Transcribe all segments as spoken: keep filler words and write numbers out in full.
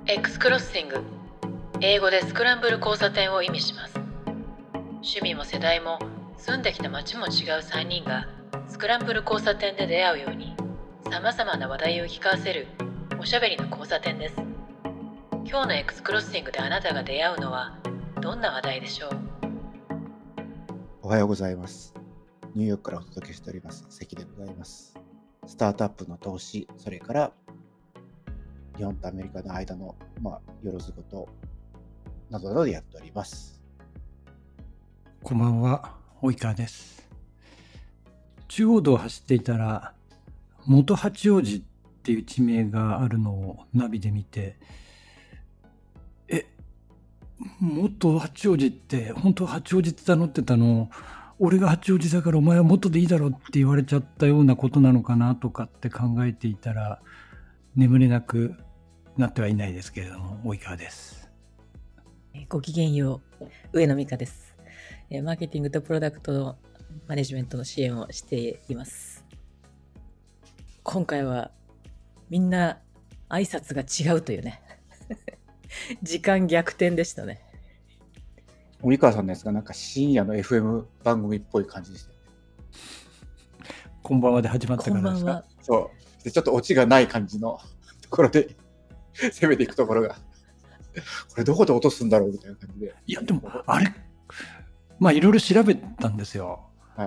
X クロッシング、英語でスクランブル交差点を意味します。趣味も世代も住んできた街も違うさんにんがスクランブル交差点で出会うように、さまざまな話題を聞かせるおしゃべりの交差点です。今日の X クロッシングであなたが出会うのはどんな話題でしょう。 おはようございます。ニューヨークからお届けしております関でございます。スタートアップの投資、それから日本とアメリカの間の、まあ、よろずことなどなどでやっております。 こんばんは、及川です。中央道を走っていたら元八王子っていう地名があるのをナビで見て、え元八王子って本当は八王子って名乗ってたの、俺が八王子だからお前は元でいいだろって言われちゃったようなことなのかなとかって考えていたら、眠れなくなってはいないですけれども、及川です。 ごきげんよう、上野美香です。マーケティングとプロダクトのマネジメントの支援をしています。今回はみんな挨拶が違うというね時間逆転でしたね。 及川さんのやつがなんか深夜の エフエム 番組っぽい感じでしたよね。 こんばんはで始まったからですか。 そうで、ちょっとオチがない感じのところで攻めていくところがこれどこで落とすんだろうみたいな感じで。 いやでもあれまあいろいろ調べたんですよ、はい、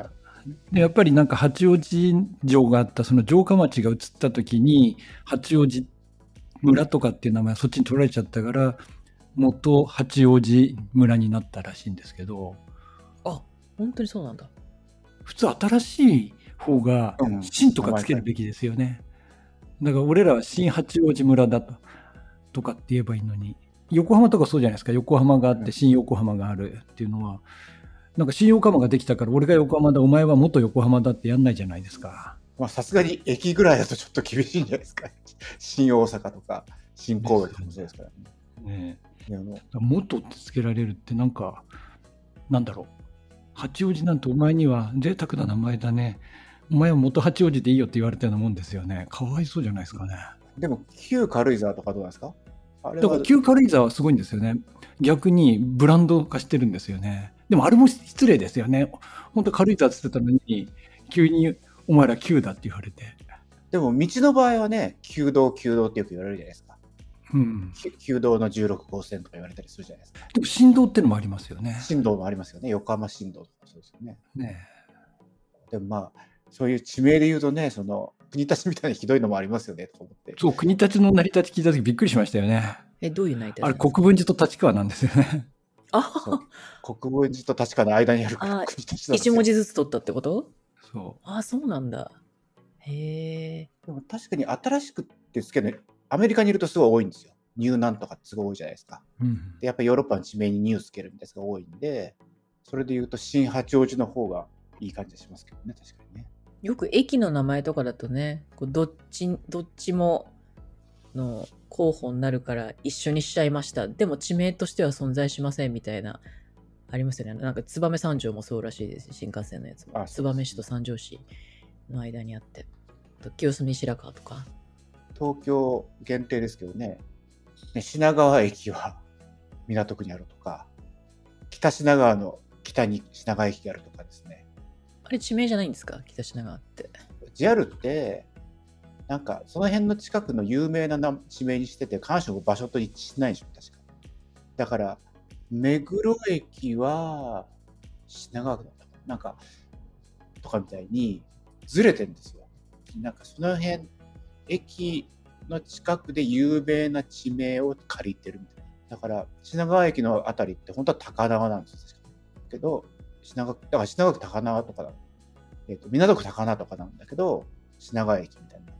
でやっぱりなんか八王子城があったその城下町が移った時に八王子村とかっていう名前はそっちに取られちゃったから元八王子村になったらしいんですけど。 あ、本当にそうなんだ。 普通新しい方が新とかつけるべきですよね、うん、だから俺らは新八王子村だととかって言えばいいのに、横浜とかそうじゃないですか。横浜があって新横浜があるっていうのは、なんか新横浜ができたから俺が横浜だお前は元横浜だってやんないじゃないですか。 まあさすがに駅ぐらいだとちょっと厳しいんじゃないですか新大阪とか新神戸とかもそうですからね。 ねえ、元ってつけられるってなんかなんだろう、八王子なんてお前には贅沢な名前だね、お前は元八王子でいいよって言われたようなもんですよね。かわいそうじゃないですかね。 でも旧軽井沢とかどうなんですか。 あれはだから旧軽井沢はすごいんですよね。逆にブランド化してるんですよね。でもあれも失礼ですよね。本当軽井沢って言ってたのに急にお前ら旧だって言われて。 でも道の場合はね、旧道旧道ってよく言われるじゃないですか。うん、旧道のじゅうろく号線とか言われたりするじゃないですか。 でも新道ってのもありますよね。 新道もありますよね。横浜新道とかそうですよね。 ねえ。でもまあそういう地名で言うとね、その国立みたいにひどいのもありますよねと思って。 そう、国立の成り立ち聞いた時びっくりしましたよね。 え、どういう成り立ち？ あれ国分寺と立川なんですよね。 あ、 国分寺と立川の間にあるから国立なんですよ。 一文字ずつ取ったってこと？ そう。 あ、そうなんだ。へえ。 でも確かに新しくってつけるのアメリカにいるとすごい多いんですよ。ニューなんとかってすごい多いじゃないですか。うん、でやっぱりヨーロッパの地名にニューつけるみたいなやつが多いんで、それで言うと新八王子の方がいい感じがしますけどね、確かにね。 よく駅の名前とかだとね、こうどっちどっちもの候補になるから一緒にしちゃいました。でも地名としては存在しませんみたいなありますよね。なんか燕三条もそうらしいですし、新幹線のやつも燕市と三条市の間にあって、清澄白河とか。 東京限定ですけどね。ね、品川駅は港区にあるとか、北品川の北に品川駅があるとかですね。 あれ地名じゃないんですか、北品川って。 ジェイアール ってなんかその辺の近くの有名な地名にしてて、必ずしも場所と一致しないでしょ、確か。だから目黒駅は品川区だったかな、なんかとかみたいにずれてるんですよ。なんかその辺駅の近くで有名な地名を借りてるみたいな。だから品川駅のあたりって本当は高輪なんですよ。確かけど品川、だから品川区高輪とかだ、えーと、港区高輪とかなんだけど品川駅みたいになって、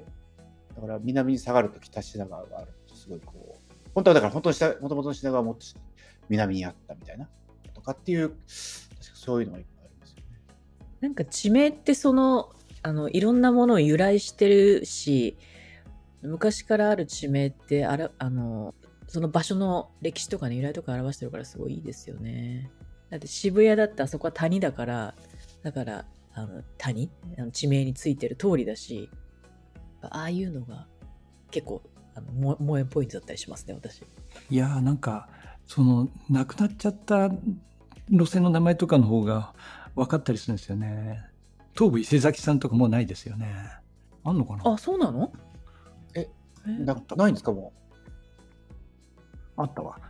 だから南に下がると北品川があるとすごいこう、本当はだから本当にもともとの品川はもっと南にあったみたいなとかっていう、確かそういうのがいっぱいありますよね。 なんか地名ってそのあのいろんなものを由来してるし、昔からある地名ってあらあのその場所の歴史とかね、由来とか表してるからすごいいいですよね。だって渋谷だってあそこは谷だから、だからあの谷あの地名についてる通りだし、ああいうのが結構あのも萌えポイントだったりしますね、私。 いやーなんかその亡くなっちゃった路線の名前とかの方が分かったりするんですよね。東武伊勢崎さんとかもうないですよね。あんのかな。 あ、そうなの？ ええなないんですか？もあったわ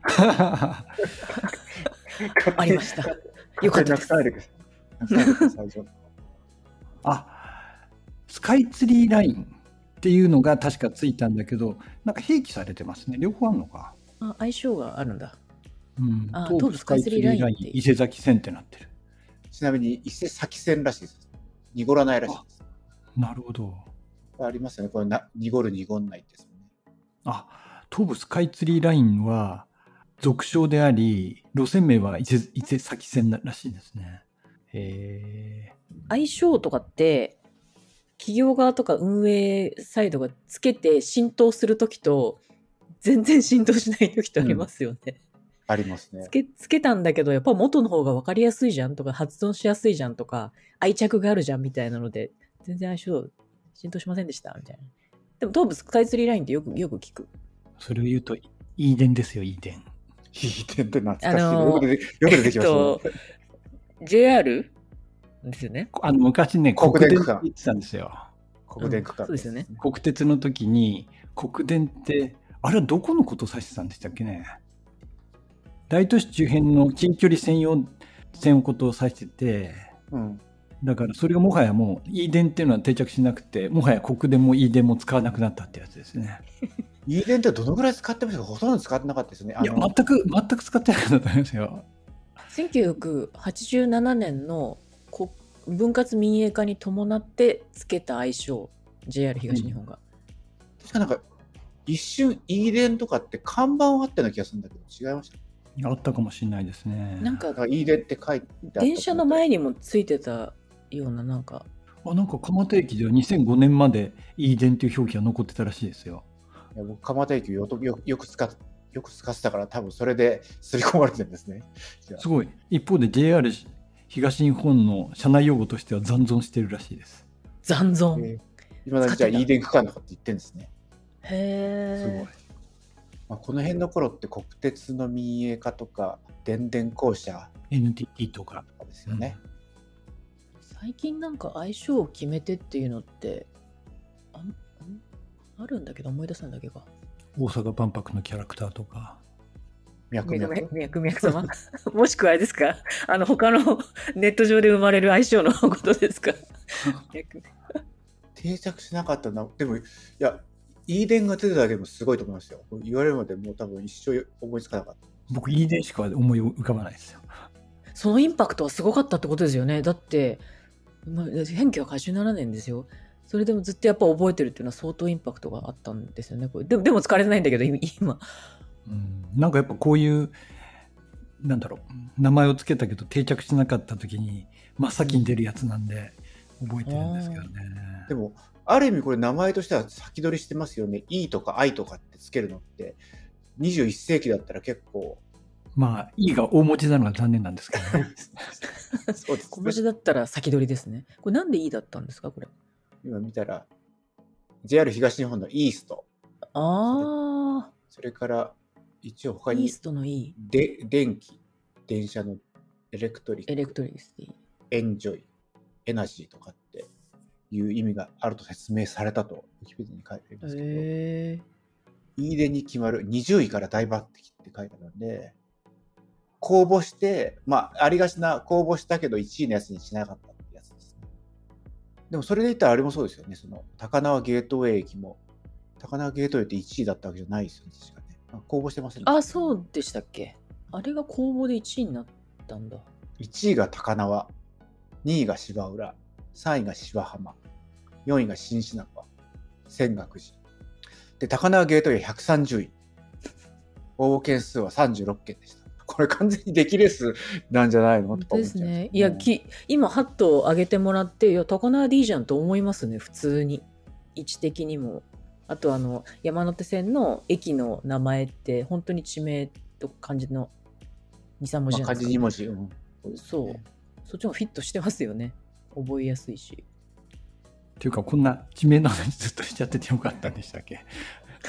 うありました。よかったです。 なくさないでください。なくさないでください最初あ、スカイツリーラインっていうのが確かついたんだけど、なんか併記されてますね。両方あるのか。 あ、相性があるんだ。 うん、 あ東武スカイツリーライン東武スカイツリーラインって伊勢崎線ってなってる。 ちなみに伊勢崎線らしいです。濁らないらしいです。 なるほど。 ありますよね。これな濁る濁んないですよね。 あ、東武スカイツリーラインは俗称であり、路線名は伊勢伊勢崎線らしいですね。へえ。 相性とかって企業側とか運営サイドがつけて浸透するときと全然浸透しないときとありますよね。 ありますねつ。けつけたんだけどやっぱ元の方が分かりやすいじゃんとか発音しやすいじゃんとか愛着があるじゃんみたいなので全然相性浸透しませんでしたみたいな。でも東武スカイツリーラインってよくよく聞く。 それを言うと、イーデンですよ、イーデン。 いい点って懐かしい、 あのーよく出てよく出てきましたね。 えっと ジェイアール ですよね。 あの昔ね、 国国電って電区間言ってたんですよ。 国電区間、 うんそうですよね。 国鉄の時に、国電って、あれはどこのことを指してたんでしたっけね。大都市周辺の近距離専用線のことを指してて、 うん、 だからそれがもはやもう、イーデンっていうのは定着しなくて、もはや国電もイーデンも使わなくなったってやつですね。 イーデンってどのぐらい使ってましたか？ほとんど使ってなかったですね。 いや、全く、全く使ってなかったと思いますよ。 せんきゅうひゃくはちじゅうななねんのこ分割民営化に伴ってつけた愛称 ジェイアール 東日本が、 確かなんか一瞬イーデンとかって看板はあったような気がするんだけど違いました。 あったかもしれないですね。 なんかなんかイーデンって書いてあった。 電車の前にもついてたようななんかあ、なんか蒲田駅ではにせんごねんまでイーデンっていう表記が残ってたらしいですよ。 いや僕蒲田駅よとよよく使っよく使ってたから多分それで刷り込まれてるんですね。じゃあすごい。一方で ジェイアール 東日本の車内用語としては残存してるらしいです。 残存、 えー今だにじゃあイーデン区間とかって言ってるんですね。 へえ。 すごい。 まあ、この辺の頃って国鉄の民営化とか電電公社エヌティーティー とか。 とかですよね。 最近なんか相性を決めてっていうのってあんあるんだけど思い出さんだけか。 大阪万博のキャラクターとか。 脈々と。 脈々様もしくはあれですか、あの他のネット上で生まれる相性のことですか。脈定着しなかったな。でも、いや、イーデンが出ただけでもすごいと思いますよ。言われるまでもう多分一生思いつかなかった。 僕、イーデンしか思い浮かばないですよ。 そのインパクトはすごかったってことですよね。だって、まあ、せんきゅうひゃくはちじゅうななねんですよ。それでもずっとやっぱ覚えてるっていうのは相当インパクトがあったんですよね。これでも、でも使われてないんだけど、今。 うん、なんかやっぱこういう、なんだろう、名前をつけたけど定着しなかった時に真っ先に出るやつなんで覚えてるんですけどね。 でも、ある意味これ名前としては先取りしてますよね。E とか I とかってつけるのって、にじゅういっせいきだったら結構。 まあ、E が大文字なのが残念なんですけどね。 そうです小文字だったら先取りですね。これなんで E だったんですか、これ。 今見たら、ジェイアール 東日本のイースト。 あそれから、一応他あ、イーにストの E。 で電気、電車のエレクトリック、 エレクトリシティ。 エンジョイ、エナジーとかっていう意味があると説明されたと、ウィキペディアに書いてありますけど、 へえ。 イーデンに決まるにじゅういから大抜擢って書いてあるんで、公募して、まあ、ありがちな公募したけどいちいのやつにしなかったってやつですね。でもそれで言ったらあれもそうですよね。その高輪ゲートウェイ駅も、高輪ゲートウェイっていちいだったわけじゃないですよね、確かね。公募してませんでした。 あ、そうでしたっけ。あれが公募でいちいになったんだ。 いちいが高輪、にいが芝浦、さんいが芝浜、よんいが新品川、泉岳寺。で、高輪ゲートウェイひゃくさんじゅうい。応募件数はさんじゅうろっけんでした。これ完全に出来レースなんじゃないのとか思っちゃうんですね。いや、き今、ハッと上げてもらって、いや、高輪でいいじゃんと思いますね、普通に。位置的にも。あと、あの、山手線の駅の名前って、本当に地名と漢字のに、さんもじじゃないまあ、漢字に文字。うん、 そう。そっちもフィットしてますよね。覚えやすいし。 っていうか、こんな地名の話ずっとしちゃっててよかったんでしたっけ。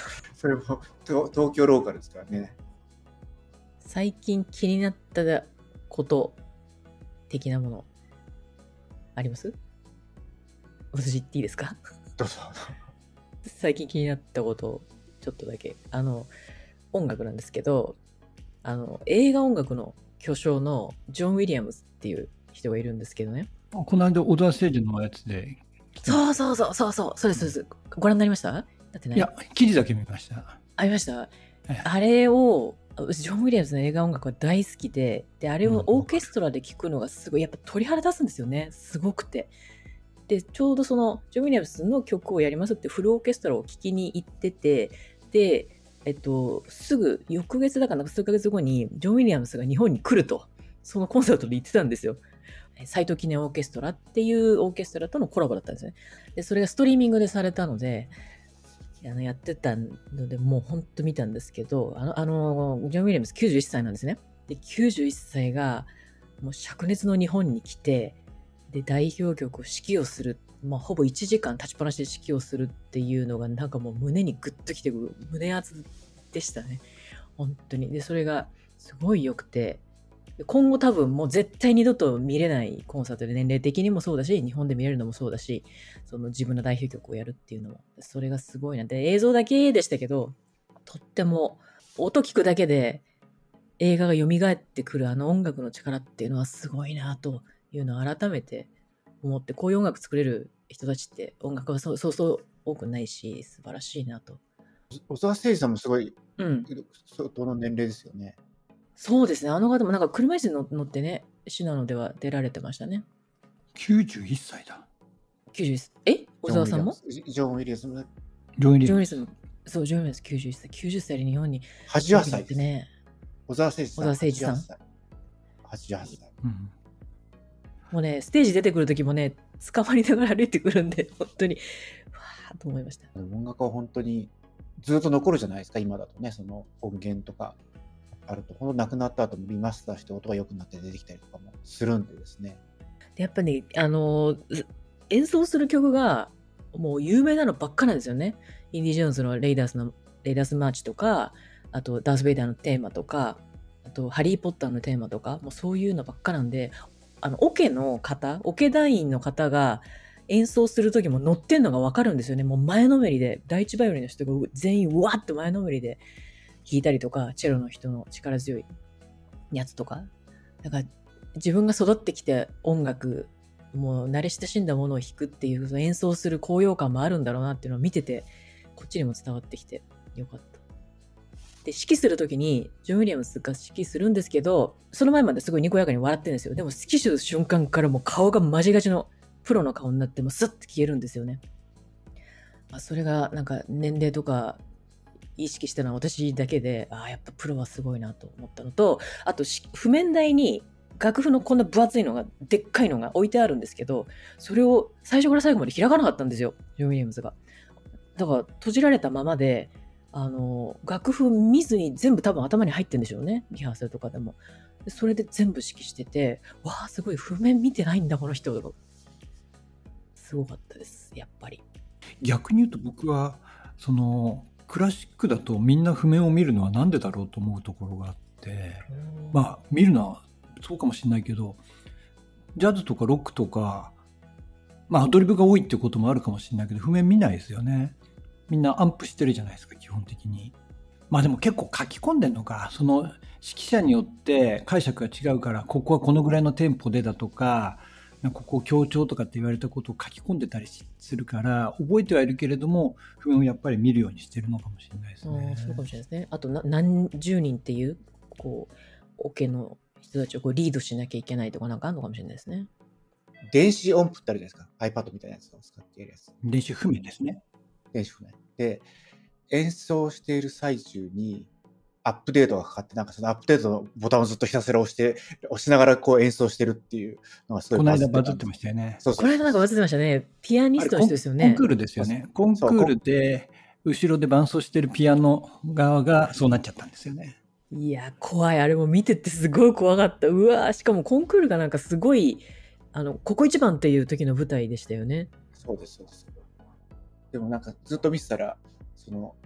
それもと東京ローカルですからね。 最近気になったこと的なものあります？私言っていいですか？ どうぞ。 最近気になったことをちょっとだけ。あの、音楽なんですけど、あの、映画音楽の巨匠のジョン・ウィリアムズっていう人がいるんですけどね。 この間、小田誠二のやつで来てまそうそうそうそうそう、そうですそうです。ご覧になりました？だってね。 いや、記事だけ見ました。 ありました。 ええあれを、私ジョン・ウィリアムズの映画音楽が大好きで、で、あれをオーケストラで聴くのがすごい、やっぱ鳥肌立つんですよね。すごくて。で、ちょうどその、ジョン・ウィリアムズの曲をやりますってフルオーケストラを聴きに行ってて、で、えっと、すぐ、翌月だかなんか数ヶ月後に、ジョン・ウィリアムズが日本に来ると、そのコンサートで行ってたんですよ。斎藤記念オーケストラっていうオーケストラとのコラボだったんですね。で、それがストリーミングでされたので、あのやってたので、もう本当見たんですけど、あの、あのジョン・ウィリアムズきゅうじゅういっさいなんですね。で、きゅうじゅういっさいが、もう灼熱の日本に来て、で、代表曲を指揮をする。まあ、ほぼいちじかん立ちっぱなしで指揮をするっていうのが、なんかもう胸にグッときてくる、胸熱でしたね。本当に。で、それがすごい良くて、今後多分もう絶対二度と見れないコンサートで、年齢的にもそうだし、日本で見れるのもそうだし、その自分の代表曲をやるっていうのも、それがすごいな。で、映像だけでしたけど、とっても音聞くだけで映画が蘇ってくるあの音楽の力っていうのはすごいなというのを改めて思って、こういう音楽作れる人たちって音楽はそうそうそう多くないし、素晴らしいなと。 小沢誠二さんもすごい、 うん。 相当の年齢ですよね。 そうですね。あの方もなんか車椅子に乗ってね、シナノでは出られてましたね。 きゅうじゅういっさいだ。 きゅうじゅういっさい。え小沢さんもジョン・ウィリアムズもジョン・ウィリアムズ。 ジョン・ウィリアムズも、そう、ジョン・ウィリアムズきゅうじゅういっさい。きゅうじゅっさいで日本にはちじゅうはっさいです。 ってね。 小沢誠二さん。 小沢誠二さんはちじゅうはっさい。はちじゅうはっさい。 うん、 もうね、ステージ出てくるときもね、捕まりながら歩いてくるんで、本当に、わーと思いました。 音楽は本当にずっと残るじゃないですか、今だとね、その音源とかあると、この亡くなった後もリマスターして音が良くなって出てきたりとかもするんでですね。 でやっぱね、あのー、演奏する曲がもう有名なのばっかなんですよね。インディ・ジョーンズのレイダースのレイダースマーチとか、あとダース・ベイダーのテーマとか、あとハリー・ポッターのテーマとか、もうそういうのばっかなんで、あのオケの方、オケ団員の方が演奏する時も乗ってんのがわかるんですよね。もう前のめりで、第一バイオリンの人が全員うわって前のめりで弾いたりとか、チェロの人の力強いやつとか。だから自分が育ってきて音楽、もう慣れ親しんだものを弾くっていう、その演奏する高揚感もあるんだろうなっていうのを見てて、こっちにも伝わってきてよかった。で、指揮するときに、ジョン・ウィリアムズが指揮するんですけど、その前まですごいにこやかに笑ってるんですよ。でも指揮する瞬間からもう顔がマジガチのプロの顔になって、もうスッて消えるんですよね。まあ、それがなんか年齢とか意識したのは私だけで、ああ、やっぱプロはすごいなと思ったのと、あと譜面台に楽譜のこんな分厚いのが、でっかいのが置いてあるんですけど、それを最初から最後まで開かなかったんですよ、ジョン・ウィリアムズが。だから閉じられたままで、あの楽譜見ずに全部多分頭に入ってるんでしょうね、リハーサルとかでも。でそれで全部指揮してて、わあすごい、譜面見てないんだこの人。すごかったです、やっぱり。 逆に言うと僕はそのクラシックだとみんな譜面を見るのはなんでだろうと思うところがあって、まあ見るのはそうかもしれないけど、ジャズとかロックとか、まあアドリブが多いってこともあるかもしれないけど、譜面見ないですよね。みんなアンプしてるじゃないですか、基本的に。まあでも結構書き込んでんのか、その指揮者によって解釈が違うから、ここはこのぐらいのテンポでだとか、ここ強調とかって言われたことを書き込んでたりするから、覚えてはいるけれども、譜面をやっぱり見るようにしてるのかもしれないですね。 そうかもしれないですね。あとな何十人っていう、こう、オケの人たちをこうリードしなきゃいけないとかなんかあるのかもしれないですね。 電子音符ってあるじゃないですか。iPad みたいなやつを使ってやるやつ。 電子譜面ですね。 電子譜面。で、演奏している最中にアップデートがかかって、なんかそのアップデートのボタンをずっとひたすら押して、押しながらこう演奏してるっていうのがすごいこの間バズってましたよね。 そうそう。 この間なんかバズってましたね。ピアニストの人ですよね。 コンクールですよね。コンクールで後ろで伴奏してるピアノ側がそうなっちゃったんですよね。 いや、怖い。あれも見ててすごい怖かった。うわー、しかもコンクールがなんかすごい、あの、ここ一番っていう時の舞台でしたよね。 そうです、そうです。でもなんかずっと見てたら、その、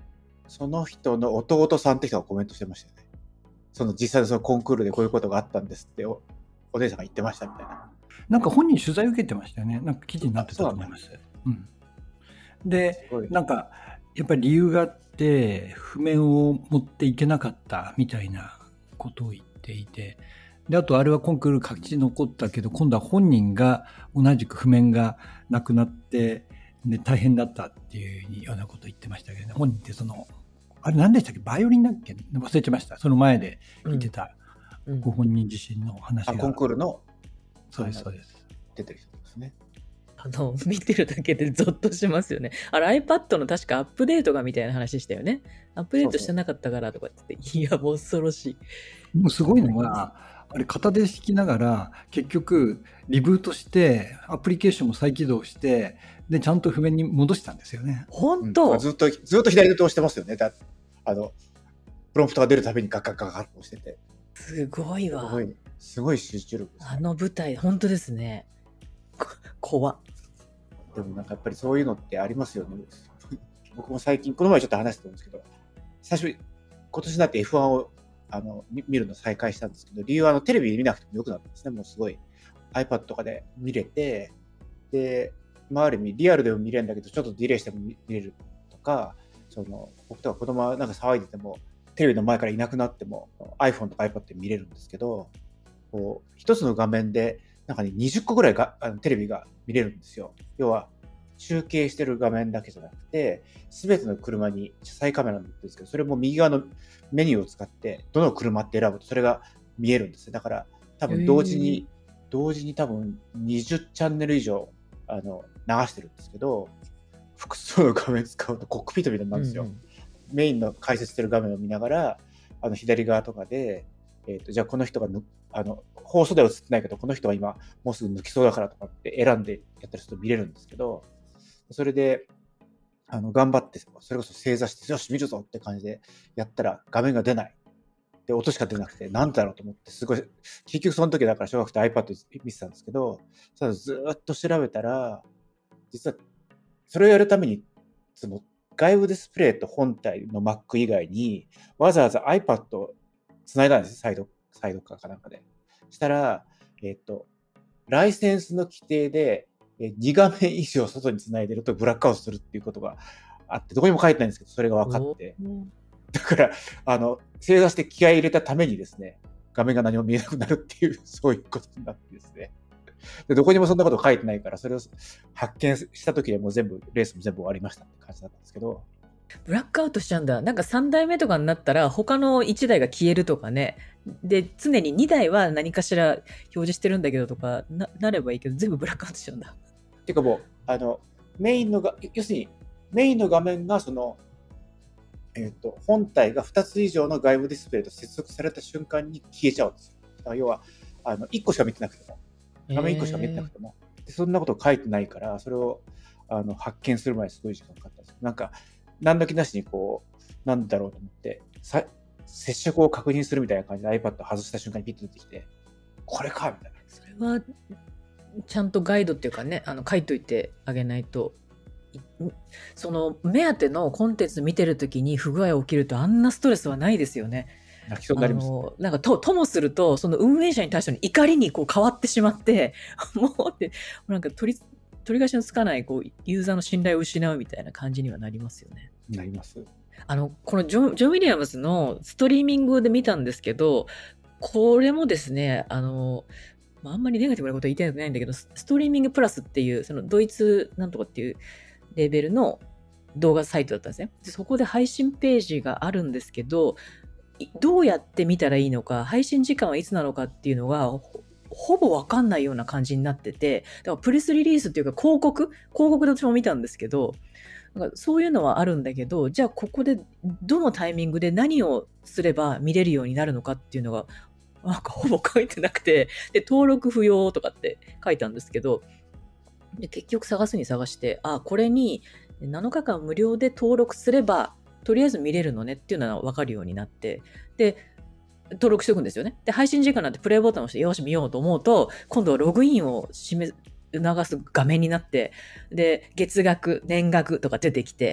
その人の弟さんって人がコメントしてましたよね。その実際のそのコンクールでこういうことがあったんですってお、お姉さんが言ってましたみたいな。 なんか本人取材受けてましたよね。なんか記事になってたと思います。うん。で、なんかやっぱり理由があって譜面を持っていけなかったみたいなことを言っていて、であとあれはコンクール各地残ったけど、今度は本人が同じく譜面がなくなってで大変だったっていうようなことを言ってましたけどね。本人ってそのあれ何でしたっけ、バイオリンだっけ、忘れてました。その前で言ってたご本人自身の話が、 うんうん、あコンクールのそうですそうです出てる人ですね。 あの見てるだけでゾッとしますよね。あれ iPad の確かアップデートがみたいな話したよね。アップデートしてなかったからとかって言って、いやもう恐ろしい。 もうすごいのが、あれ片手弾きながら結局リブートしてアプリケーションも再起動してでちゃんと譜面に戻したんですよね。 本当、 うん、ずっとずっと左手押してますよね。だあのプロンプトが出るたびにガッガッガッガッと押してて、 すごいわ。 すごいすごい集中力です、ね、 あの舞台本当ですね。怖っ。 でもなんかやっぱりそういうのってありますよね。僕も最近この前ちょっと話したと思うんですけど、最初今年になって エフワン をあの見るの再開したんですけど、理由はあのテレビで見なくてもよくなったんですね。もうすごい iPad とかで見れて、で、まあ、ある意味リアルでも見れるんだけどちょっとディレイしても見れるとか、その僕とか子供はなんか騒いでてもテレビの前からいなくなっても iPhone とか iPad で見れるんですけど、こう一つの画面でなんかねにじゅっこぐらいがあのテレビが見れるんですよ。要は集計してる画面だけじゃなくて、すべての車に車載カメラになってるんですけど、それも右側のメニューを使って、どの車って選ぶとそれが見えるんですよ。だから、多分同時に、同時に多分にじゅうチャンネル以上、あの、流してるんですけど、複数の画面使うとコックピットみたいになるんですよ。うんうん、メインの解説してる画面を見ながら、あの、左側とかで、えっと、じゃあこの人がぬ、あの、放送では映ってないけど、この人は今、もうすぐ抜きそうだからとかって選んでやったりすると見れるんですけど、それで、あの、頑張って、それこそ正座して、よし、見るぞって感じでやったら、画面が出ない。で、音しか出なくて、なんだろうと思って、すごい、結局その時だから小学生 iPad 見てたんですけど、ずっと調べたら、実は、それをやるために、その、外部ディスプレイと本体の Mac 以外に、わざわざ iPad を繋いだんですよ、サイド、サイドカーかなんかで。したら、えっと、ライセンスの規定で、に画面以上外に繋いでるとブラックアウトするっていうことがあって、どこにも書いてないんですけど、それが分かって。だから、あの、正座して気合い入れたためにですね、画面が何も見えなくなるっていう、そういうことになってですね。で、どこにもそんなこと書いてないから、それを発見した時でもう全部、レースも全部終わりましたって感じだったんですけど。 ブラックアウトしちゃうんだ。なんかさんだいめとかになったら、他のいちだいが消えるとかね。で、常ににだいは何かしら表示してるんだけどとか な, なればいいけど、全部ブラックアウトしちゃうんだ。 てかもう、あの、メインのが、要するに、メインの画面がその、えっと、本体がふたつ以上の外部ディスプレイと接続された瞬間に消えちゃうんですよ。だから要は、あの、いっこしか見てなくても、画面いっこしか見てなくても、でそんなこと書いてないから、それをあの発見するまですごい時間かかったんですよ。なんか、何の気なしにこう、なんだろうと思って、さ接触を確認するみたいな感じで iPad を外した瞬間にピッと出てきて、これかみたいな。 それは、ちゃんとガイドっていうかね、あの書いといてあげないと、その目当てのコンテンツ見てるときに不具合起きるとあんなストレスはないですよね。 泣きそうになります、ね、 あのなんか と, ともするとその運営者に対しての怒りにこう変わってしまってもうってなんか取り取り返しのつかないこうユーザーの信頼を失うみたいな感じにはなりますよね。 なります。 あのこのジョン・ジョン・ウィリアムズのストリーミングで見たんですけど、これもですね、あのあんまりネガティブなことは言いたくないんだけど、ストリーミングプラスっていうそのドイツなんとかっていうレベルの動画サイトだったんですね。でそこで配信ページがあるんですけど、どうやって見たらいいのか、配信時間はいつなのかっていうのが ほ, ほぼわかんないような感じになってて、だからプレスリリースっていうか広告広告で私も見たんですけど、なんかそういうのはあるんだけど、じゃあここでどのタイミングで何をすれば見れるようになるのかっていうのがなんかほぼ書いてなくて、で登録不要とかって書いたんですけど、で結局探すに探して、あ、これになのかかん無料で登録すればとりあえず見れるのねっていうのは分かるようになって、で登録しておくんですよね。で配信時間なんてプレイボタンを押してよし見ようと思うと、今度はログインを示促す画面になって、で月額年額とか出てきて、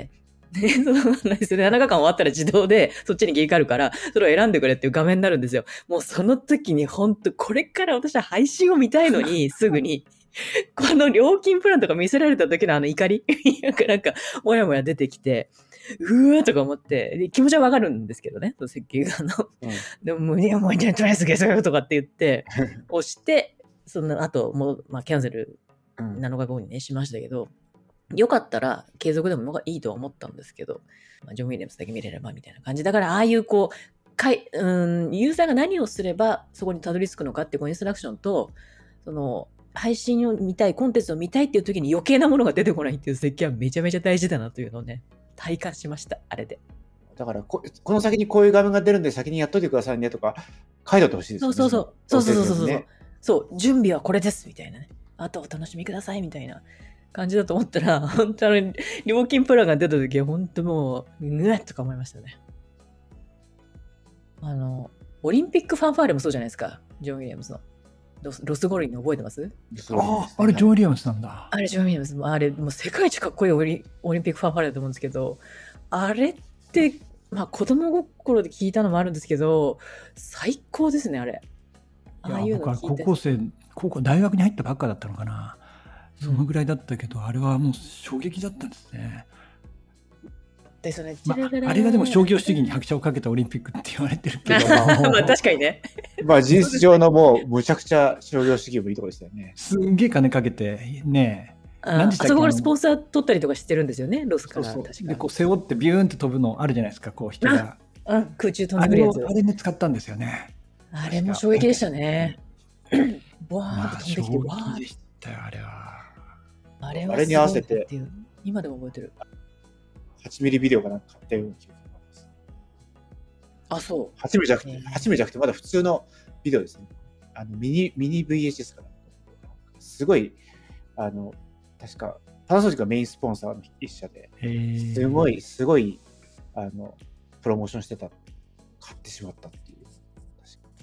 で、そうなんですよね。ななふかかん終わったら自動でそっちに切り替わるから、それを選んでくれっていう画面になるんですよ。もうその時に本当これから私は配信を見たいのに、すぐに、この料金プランとか見せられた時のあの怒りなんか、なんか、もやもや出てきて、うーとか思って、で気持ちはわかるんですけどね、設計がの。 うん。 でも、もう、いや、もう、とりあえず消そうとかって言って、押して、その後、もう、まあ、キャンセルうん。 なのかごにね、しましたけど、よかったら継続でもいいとは思ったんですけど、まあ、ジョン・ウィリアムスだけ見れればみたいな感じ。だから、ああいうこう、かい、うん、ユーザーが何をすればそこにたどり着くのかっていうこうインストラクションと、その、配信を見たい、コンテンツを見たいっていう時に余計なものが出てこないっていう設計はめちゃめちゃ大事だなというのをね、体感しました、あれで。 だからこ、この先にこういう画面が出るんで先にやっといてくださいねとか、書いておいてほしいですそよね。 うそうそう。そうそうそうそうそう。 ね、 そう、準備はこれですみたいなね。あとお楽しみくださいみたいな感じだと思ったら、本当に料金プランが出た時は本当もう、うわっとか思いましたね。あの、オリンピックファンファーレもそうじゃないですか。ジョン・ウィリアムズの。ロスロス五輪の覚えてます？ ああ、あれジョン・ウィリアムスなんだ。 あれジョン・ウィリアムズ。あれ、もう世界一かっこいいオリオリンピックファンファーレだと思うんですけど、あれって、まあ子供心で聞いたのもあるんですけど、最高ですね、あれ。ああいうの僕は聞いて。 高校生、高校、大学に入ったばっかだったのかな。そのぐらいだったけど、うん、あれはもう衝撃だったんですね。 ですね。 まあ、あれがでも商業主義に拍車をかけたオリンピックって言われてるけどまあ確かにね。 まあ事実上のもうむちゃくちゃ商業主義もいいところでしたよね。 すんげえ金かけてね。 あ, あそこからスポンサー取ったりとかしてるんですよね、ロスから。 そうそうでこう背負ってビューンって飛ぶのあるじゃないですか、こう人が。 ああ空中飛んでくるやつ。 あれ, あれね使ったんですよね。 あれも衝撃でしたね。ボワーンと飛んできて、 まあ、衝撃でしたよ、あれは。 あれはあれに合わせて今でも覚えてる。 はちミリビデオかなんか買ったような気がします。 あ、そう。 はちミリじゃなくて、はちミリじゃなくてまだ普通のビデオですね。あのミニミニ ブイエイチエス かな。すごいあの確かパナソニックがメインスポンサーの一社で、すごいすごいあのプロモーションしてた、買ってしまったっていう。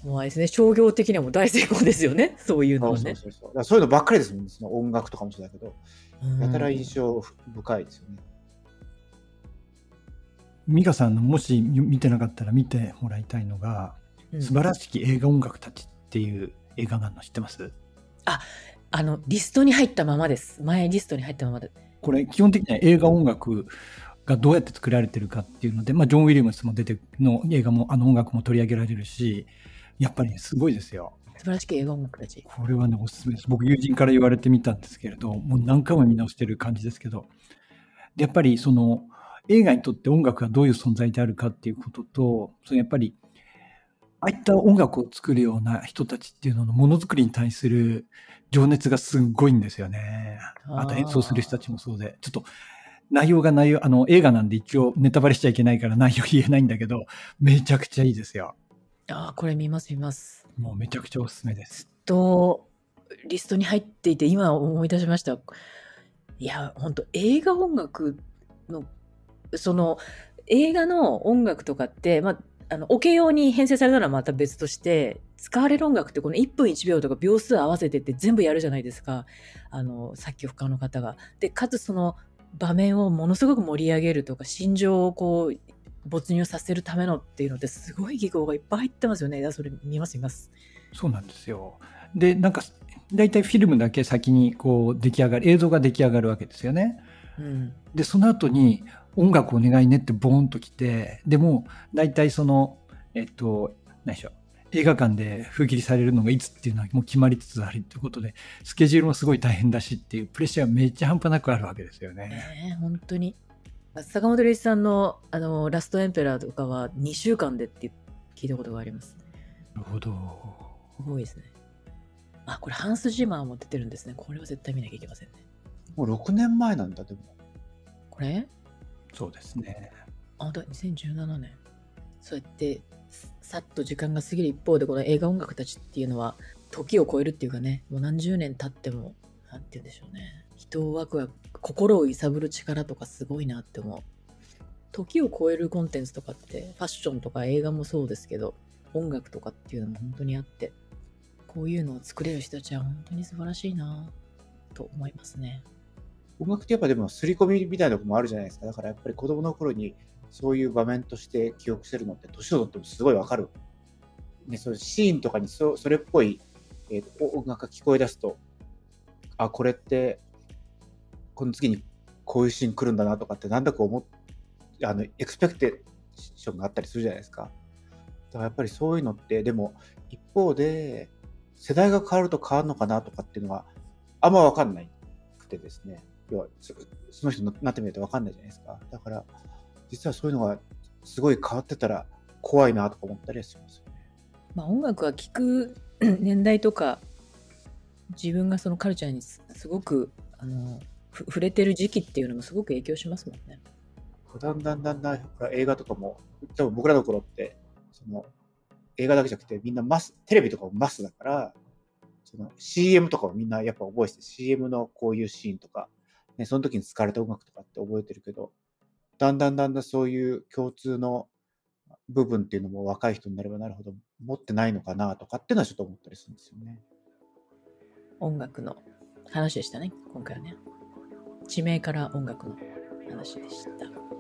もうですね、商業的にはもう大成功ですよね、そういうのはね。 そうそうそうそう。だそういうのばっかりですもんね。その音楽とかもそうだけど、やたら印象深いですよね。 美香さんのもし見てなかったら見てもらいたいのが、うん、素晴らしき映画音楽たちっていう映画があるの知ってます？ あ、あのリストに入ったままです。前リストに入ったままで。 これ基本的には映画音楽がどうやって作られてるかっていうので、まあ、ジョン・ウィリアムスも出ての映画もあの音楽も取り上げられるし、やっぱり、ね、すごいですよ。 素晴らしき映画音楽たち。 これはねおすすめです。僕友人から言われてみたんですけれど、もう何回も見直してる感じですけど、でやっぱりその映画にとって音楽がどういう存在であるかっていうことと、そのやっぱりああいった音楽を作るような人たちっていうののものづくりに対する情熱がすごいんですよね。あと演奏する人たちもそうで、ちょっと内容が内容、あの映画なんで一応ネタバレしちゃいけないから内容言えないんだけど、めちゃくちゃいいですよ。 ああ、これ見ます見ます。 もうめちゃくちゃおすすめです。 とリストに入っていて今思い出しました。いや本当映画音楽のその映画の音楽とかって、まああのオケ用に編成されたのはまた別として、使われる音楽ってこのいっぷんいちびょうとか秒数合わせてって全部やるじゃないですか、あの作曲家の方が。でかつその場面をものすごく盛り上げるとか心情をこう没入させるためのっていうのってすごい技巧がいっぱい入ってますよね。それ見ます見ます。 そうなんですよ。でなんかだいたいフィルムだけ先にこう出来上がる映像が出来上がるわけですよね。うん、でその後に音楽お願いねってボーンと来て、でも大体そのえっと何でしょう、映画館で封切りされるのがいつっていうのはもう決まりつつあるということで、スケジュールもすごい大変だしっていうプレッシャーがめっちゃ半端なくあるわけですよね。 えー、本当に坂本龍一さんのあのラストエンペラーとかはにしゅうかんでって聞いたことがあります。 なるほど。 すごいですね。あ、これハンス・ジマーも出てるんですね。これは絶対見なきゃいけませんね。 もうろくねんまえなんだ。でもこれそうですね。 あ、だにせんじゅうななねん。そうやってさっと時間が過ぎる一方で、この映画音楽たちっていうのは時を超えるっていうかね、もう何十年経ってもなんて言うんでしょうね、人をワクワク心を揺さぶる力とかすごいなって思う。時を超えるコンテンツとかってファッションとか映画もそうですけど、音楽とかっていうのも本当にあって、こういうのを作れる人たちは本当に素晴らしいなと思いますね。 音楽ってやっぱでも刷り込みみたいなとこもあるじゃないですか。だからやっぱり子供の頃にそういう場面として記憶してるのって年を取ってもすごいわかる。ね、そういうシーンとかに そ, それっぽい、えーと音楽が聞こえ出すと、あ、これってこの次にこういうシーン来るんだなとかってなんだか思っあのエクスペクテーションがあったりするじゃないですか。だからやっぱりそういうのってでも一方で世代が変わると変わるのかなとかっていうのはあんま分かんないくてですね。要はそその人になってみないと分かんないじゃないですか。だから実はそういうのがすごい変わってたら怖いなとか思ったりはしますよね。 まあ、音楽は聴く年代とか自分がそのカルチャーにすすごくあのふ触れてる時期っていうのもすごく影響しますもんね。 だんだんだんだんほら映画とかも多分僕らの頃ってその映画だけじゃなくてみんなマステレビとかもマスだからその シーエム とかもみんなやっぱ覚えてて シーエム のこういうシーンとか、ね、その時に使われた音楽とかって覚えてるけどだんだんだんだんそういう共通の部分っていうのも若い人になればなるほど持ってないのかなとかっていうのはちょっと思ったりするんですよね。 音楽の話でしたね、今回はね。地名から音楽の話でした。